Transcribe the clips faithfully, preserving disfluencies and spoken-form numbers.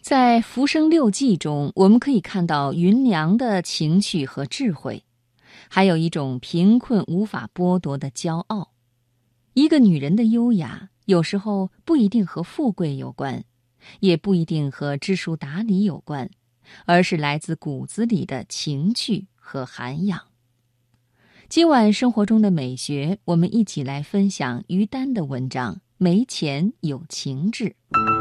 在《浮生六记》中，我们可以看到芸娘的情趣和智慧，还有一种贫困无法剥夺的骄傲。一个女人的优雅，有时候不一定和富贵有关，也不一定和知书达理有关，而是来自骨子里的情趣和涵养。今晚生活中的美学，我们一起来分享于丹的文章《没钱有情致》。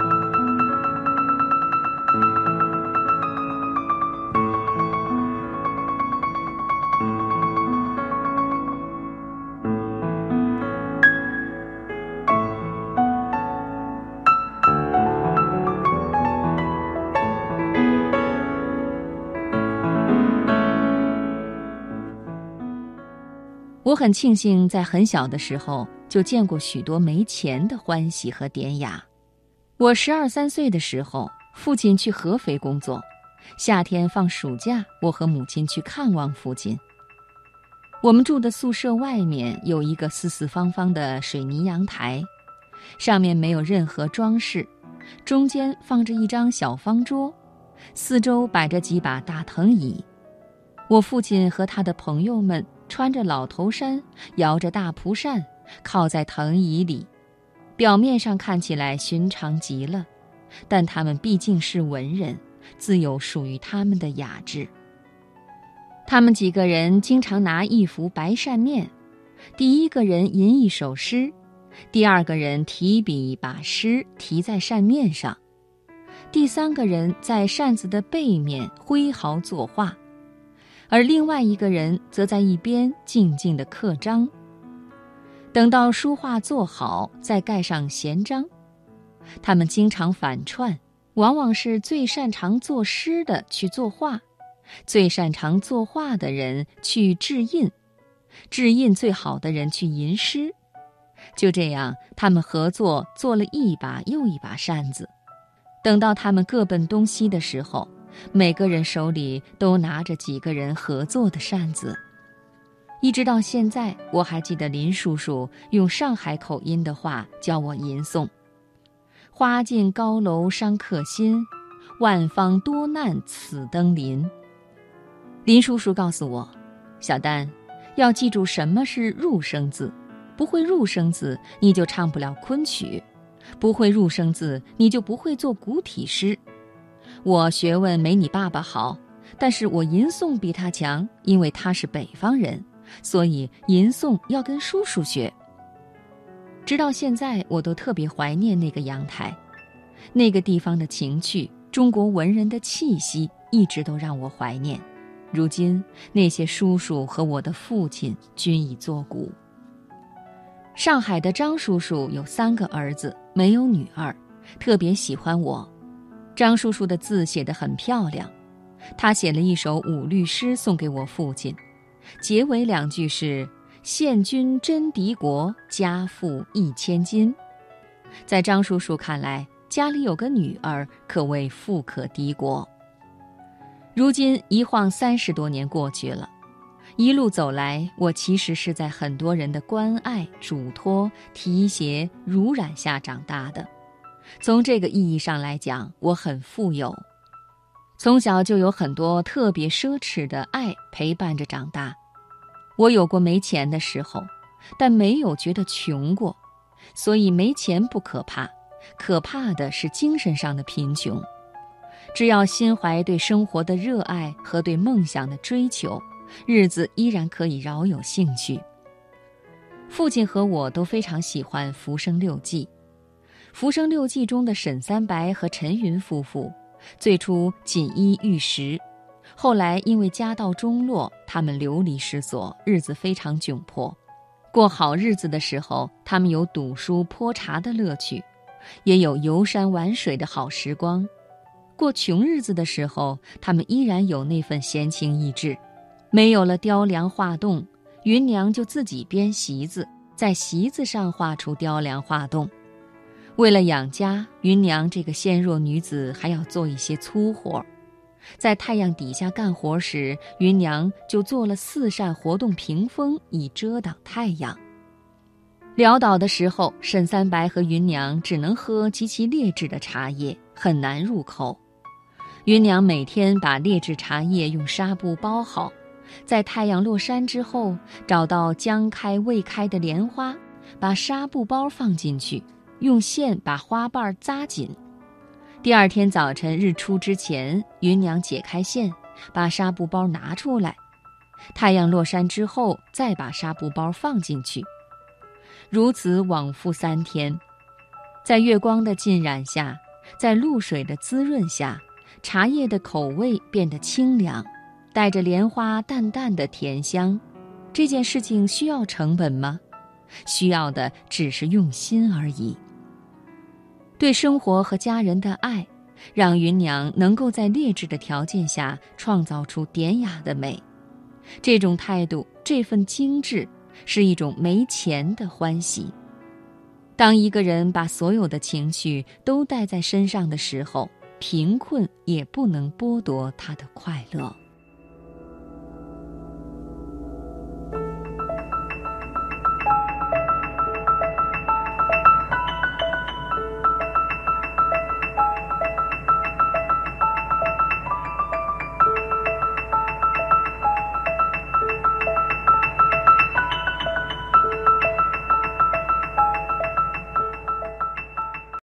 我很庆幸在很小的时候就见过许多没钱的欢喜和典雅。我十二三岁的时候，父亲去合肥工作，夏天放暑假，我和母亲去看望父亲。我们住的宿舍外面有一个四四方方的水泥阳台，上面没有任何装饰，中间放着一张小方桌，四周摆着几把大藤椅。我父亲和他的朋友们穿着老头衫，摇着大蒲扇，靠在藤椅里，表面上看起来寻常极了，但他们毕竟是文人，自有属于他们的雅致。他们几个人经常拿一幅白扇面，第一个人吟一首诗，第二个人提笔把诗题在扇面上，第三个人在扇子的背面挥毫作画，而另外一个人则在一边静静地刻章。等到书画做好，再盖上闲章。他们经常反串，往往是最擅长作诗的去作画，最擅长作画的人去制印，制印最好的人去吟诗。就这样，他们合作做了一把又一把扇子。等到他们各奔东西的时候，每个人手里都拿着几个人合作的扇子。一直到现在，我还记得林叔叔用上海口音的话教我吟诵：花尽高楼伤客心，万方多难此登临。林叔叔告诉我，小丹，要记住什么是入声字，不会入声字你就唱不了昆曲，不会入声字你就不会做古体诗。我学问没你爸爸好，但是我吟诵比他强，因为他是北方人，所以吟诵要跟叔叔学。直到现在，我都特别怀念那个阳台，那个地方的情趣，中国文人的气息，一直都让我怀念。如今，那些叔叔和我的父亲均已作古。上海的张叔叔有三个儿子，没有女儿，特别喜欢我。张叔叔的字写得很漂亮，他写了一首五律诗送给我父亲，结尾两句是献君真敌国，家富一千金。在张叔叔看来，家里有个女儿可谓富可敌国。如今一晃三十多年过去了，一路走来，我其实是在很多人的关爱、嘱托、提携、濡染下长大的。从这个意义上来讲，我很富有。从小就有很多特别奢侈的爱陪伴着长大。我有过没钱的时候，但没有觉得穷过，所以没钱不可怕，可怕的是精神上的贫穷。只要心怀对生活的热爱和对梦想的追求，日子依然可以饶有兴趣。父亲和我都非常喜欢《浮生六记》。《浮生六记》中的沈三白和陈云夫妇，最初锦衣玉食，后来因为家道中落，他们流离失所，日子非常窘迫。过好日子的时候，他们有读书泼茶的乐趣，也有游山玩水的好时光。过穷日子的时候，他们依然有那份闲情逸致。没有了雕梁画栋，芸娘就自己编席子，在席子上画出雕梁画栋。为了养家，芸娘这个纤弱女子还要做一些粗活。在太阳底下干活时，芸娘就做了四扇活动屏风，以遮挡太阳。潦倒的时候，沈三白和芸娘只能喝极其劣质的茶叶，很难入口。 芸娘每天把劣质茶叶用纱布包好，在太阳落山之后，找到将开未开的莲花，把纱布包放进去，用线把花瓣扎紧。第二天早晨日出之前，芸娘解开线，把纱布包拿出来，太阳落山之后再把纱布包放进去，如此往复三天。在月光的浸染下，在露水的滋润下，茶叶的口味变得清凉，带着莲花淡淡的甜香。这件事情需要成本吗？需要的只是用心而已。对生活和家人的爱，让芸娘能够在劣质的条件下创造出典雅的美。这种态度，这份精致，是一种没钱的欢喜。当一个人把所有的情绪都带在身上的时候，贫困也不能剥夺他的快乐。